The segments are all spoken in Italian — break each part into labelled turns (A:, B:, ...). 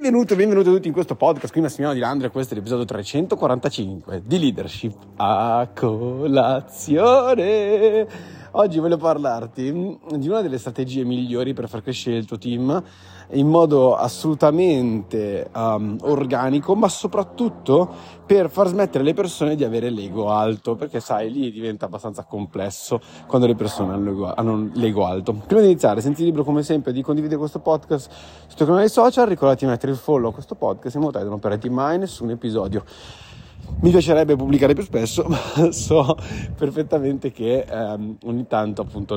A: Benvenuti tutti in questo podcast. Qui Massimiliano Di Landre, questo è l'episodio 345 di Leadership a colazione. Oggi voglio parlarti di una delle strategie migliori per far crescere il tuo team in modo assolutamente organico, ma soprattutto per far smettere le persone di avere l'ego alto, perché sai, lì diventa abbastanza complesso quando le persone hanno l'ego alto. Prima di iniziare, senti libero come sempre di condividere questo podcast sui tuoi canali social, ricordati di mettere il follow a questo podcast in modo tale da non perderti mai nessun episodio. Mi piacerebbe pubblicare più spesso, ma so perfettamente che ogni tanto appunto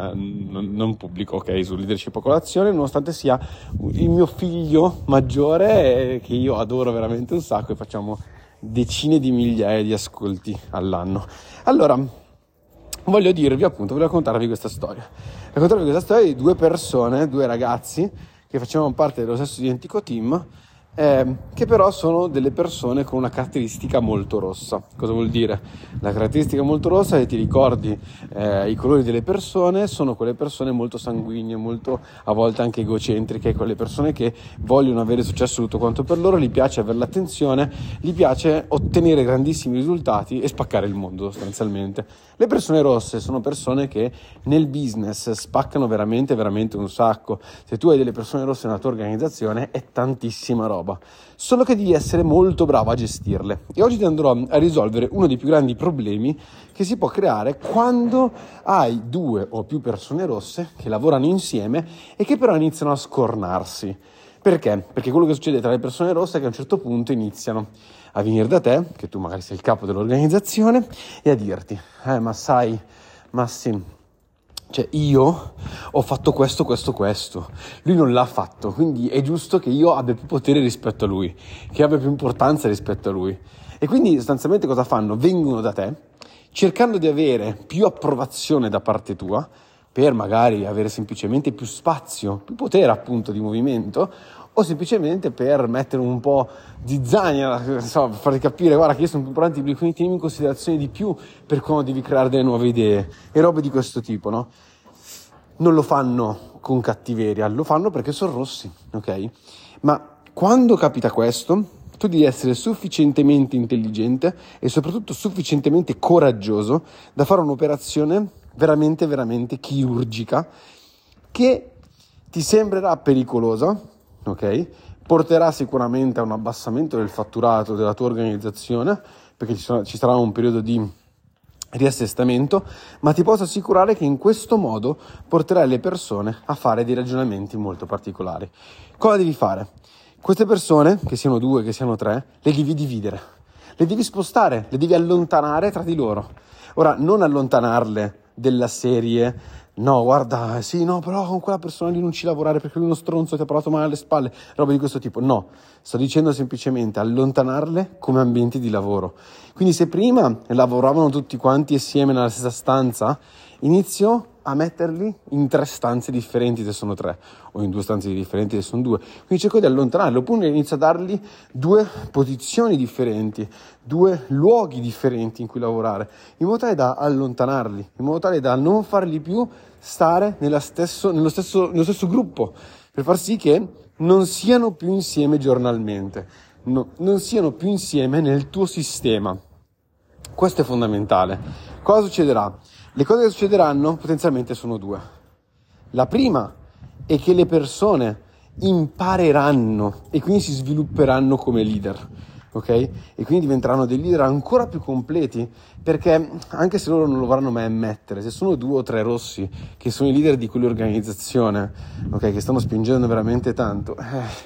A: non pubblico, ok, su Leadership a colazione, nonostante sia il mio figlio maggiore che io adoro veramente un sacco e facciamo decine di migliaia di ascolti all'anno. Allora, voglio raccontarvi questa storia. Raccontarvi questa storia di due persone, due ragazzi che facevano parte dello stesso identico team, che però sono delle persone con una caratteristica molto rossa. Cosa vuol dire? La caratteristica molto rossa, se ti ricordi i colori delle persone, sono quelle persone molto sanguigne, molto a volte anche egocentriche, quelle persone che vogliono avere successo tutto quanto per loro, gli piace avere l'attenzione, gli piace ottenere grandissimi risultati e spaccare il mondo sostanzialmente. Le persone rosse sono persone che nel business spaccano veramente un sacco. Se tu hai delle persone rosse nella tua organizzazione è tantissima roba, solo che devi essere molto bravo a gestirle. E oggi ti andrò a risolvere uno dei più grandi problemi che si può creare quando hai due o più persone rosse che lavorano insieme e che però iniziano a scornarsi. Perché? Perché quello che succede tra le persone rosse è che a un certo punto iniziano a venire da te, che tu magari sei il capo dell'organizzazione, e a dirti ma sai, Massi, cioè io ho fatto questo, lui non l'ha fatto, quindi è giusto che io abbia più potere rispetto a lui, che abbia più importanza rispetto a lui. E quindi sostanzialmente cosa fanno? Vengono da te cercando di avere più approvazione da parte tua, per magari avere semplicemente più spazio, più potere appunto di movimento, o semplicemente per mettere un po' di zagna, per farti capire, guarda che io sono più importante, quindi tieni in considerazione di più per quando devi creare delle nuove idee e robe di questo tipo, no? Non lo fanno con cattiveria, lo fanno perché sono rossi, ok? Ma quando capita questo, tu devi essere sufficientemente intelligente e soprattutto sufficientemente coraggioso da fare un'operazione veramente chirurgica che ti sembrerà pericolosa, ok? Porterà sicuramente a un abbassamento del fatturato della tua organizzazione, perché ci sarà un periodo di riassestamento, ma ti posso assicurare che in questo modo porterai le persone a fare dei ragionamenti molto particolari. Cosa devi fare? Queste persone, che siano due, che siano tre, le devi dividere, le devi spostare, le devi allontanare tra di loro. Ora, non allontanarle della serie no, guarda, sì, no, però con quella persona lì non ci lavorare perché lui è uno stronzo, ti ha parlato male alle spalle, roba di questo tipo. No, sto dicendo semplicemente allontanarle come ambienti di lavoro. Quindi se prima lavoravano tutti quanti insieme nella stessa stanza, inizio a metterli in 3 stanze differenti se sono 3, o in 2 stanze differenti se sono 2. Quindi cerco di allontanarli, oppure inizio a dargli 2 posizioni differenti, 2 luoghi differenti in cui lavorare, in modo tale da allontanarli, in modo tale da non farli più stare nello stesso gruppo, per far sì che non siano più insieme giornalmente, non siano più insieme nel tuo sistema. Questo è fondamentale. Cosa succederà? Le cose che succederanno potenzialmente sono 2. La prima è che le persone impareranno e quindi si svilupperanno come leader, ok? E quindi diventeranno dei leader ancora più completi, perché anche se loro non lo vorranno mai ammettere, se sono 2 o 3 rossi che sono i leader di quell'organizzazione, ok, che stanno spingendo veramente tanto,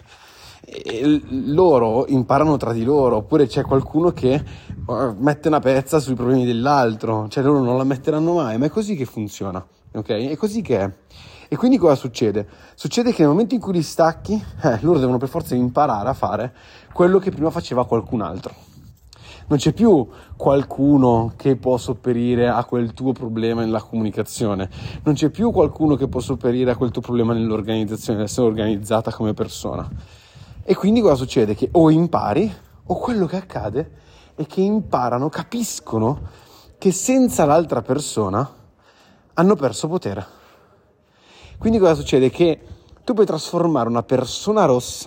A: e loro imparano tra di loro, oppure c'è qualcuno che mette una pezza sui problemi dell'altro, cioè loro non la metteranno mai, ma è così che funziona, ok? È così che è. E quindi cosa succede? Succede che nel momento in cui li stacchi, loro devono per forza imparare a fare quello che prima faceva qualcun altro. Non c'è più qualcuno che può sopperire a quel tuo problema nella comunicazione, non c'è più qualcuno che può sopperire a quel tuo problema nell'organizzazione, nell'essere organizzata come persona. E quindi cosa succede? Che o impari, o quello che accade è che imparano, capiscono che senza l'altra persona hanno perso potere. Quindi cosa succede? Che tu puoi trasformare una persona rossa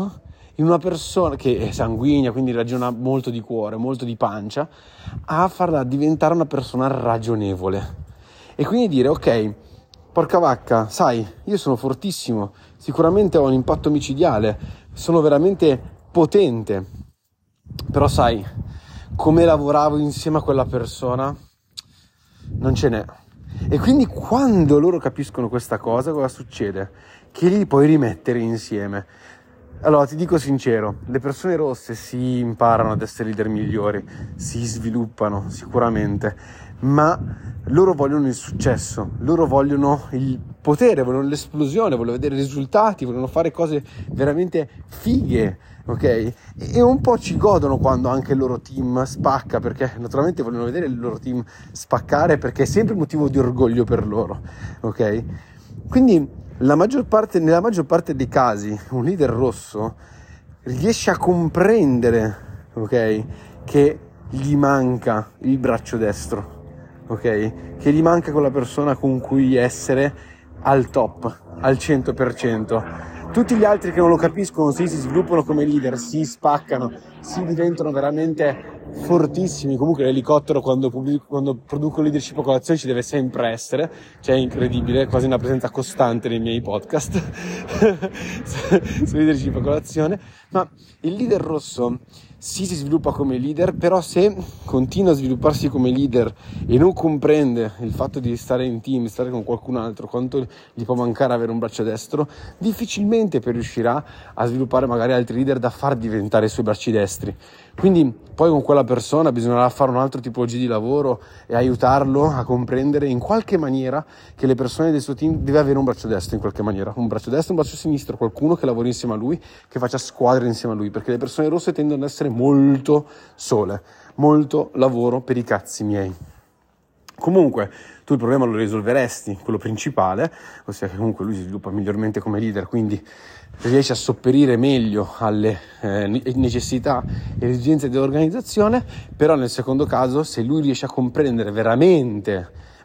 A: in una persona che è sanguigna, quindi ragiona molto di cuore, molto di pancia, a farla diventare una persona ragionevole. E quindi dire, ok, porca vacca, sai, io sono fortissimo, sicuramente ho un impatto micidiale, sono veramente potente, però sai, come lavoravo insieme a quella persona, non ce n'è. E quindi quando loro capiscono questa cosa succede? Che li puoi rimettere insieme. Allora ti dico sincero, le persone rosse si imparano ad essere leader migliori, si sviluppano sicuramente, ma loro vogliono il successo, loro vogliono il potere, vogliono l'esplosione, vogliono vedere risultati, vogliono fare cose veramente fighe, ok? E un po' ci godono quando anche il loro team spacca, perché naturalmente vogliono vedere il loro team spaccare, perché è sempre motivo di orgoglio per loro, ok? Quindi nella maggior parte dei casi un leader rosso riesce a comprendere, ok, che gli manca il braccio destro, ok, che gli manca quella persona con cui essere al top, al 100%. Tutti gli altri che non lo capiscono si sviluppano come leader, si spaccano, si diventano veramente fortissimi. Comunque l'elicottero quando produco leadership a colazione ci deve sempre essere, cioè è incredibile, quasi una presenza costante nei miei podcast su leadership a colazione. Ma il leader rosso si sviluppa come leader, però se continua a svilupparsi come leader e non comprende il fatto di stare in team, stare con qualcun altro, quanto gli può mancare avere un braccio destro, difficilmente poi riuscirà a sviluppare magari altri leader da far diventare i suoi bracci destri. Quindi poi con quella persona bisognerà fare un altro tipologia di lavoro e aiutarlo a comprendere in qualche maniera che le persone del suo team deve avere un braccio destro, in qualche maniera, un braccio destro, un braccio sinistro, qualcuno che lavori insieme a lui, che faccia squadra insieme a lui, perché le persone rosse tendono ad essere molto sole, molto lavoro per i cazzi miei. Comunque tu il problema lo risolveresti, quello principale, ossia che comunque lui si sviluppa migliormente come leader, quindi riesce a sopperire meglio alle necessità e esigenze dell'organizzazione. Però nel secondo caso, se lui riesce a comprendere veramente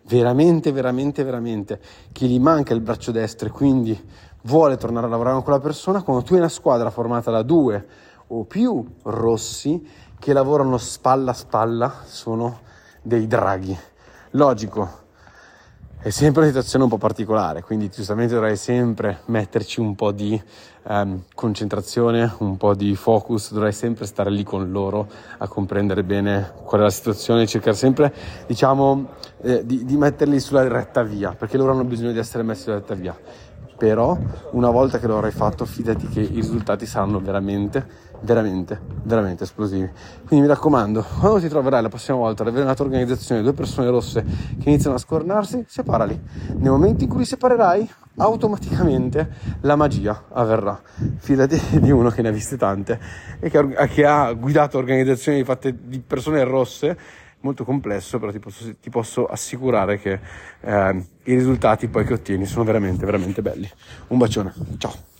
A: che gli manca il braccio destro e quindi vuole tornare a lavorare con quella persona, quando tu hai una squadra formata da 2 o più rossi che lavorano spalla a spalla, sono dei draghi. Logico, è sempre una situazione un po' particolare, quindi giustamente dovrai sempre metterci un po' di concentrazione, un po' di focus, dovrai sempre stare lì con loro a comprendere bene qual è la situazione, cercare sempre, di metterli sulla retta via, perché loro hanno bisogno di essere messi sulla retta via. Però una volta che lo avrai fatto, fidati che i risultati saranno veramente esplosivi. Quindi mi raccomando, quando ti troverai la prossima volta ad avere una tua organizzazione, 2 persone rosse che iniziano a scornarsi, separali. Nel momento in cui li separerai, automaticamente la magia avverrà. Fidati di uno che ne ha viste tante e che ha guidato organizzazioni fatte di persone rosse, molto complesso, però ti posso assicurare che i risultati poi che ottieni sono veramente belli. Un bacione, ciao.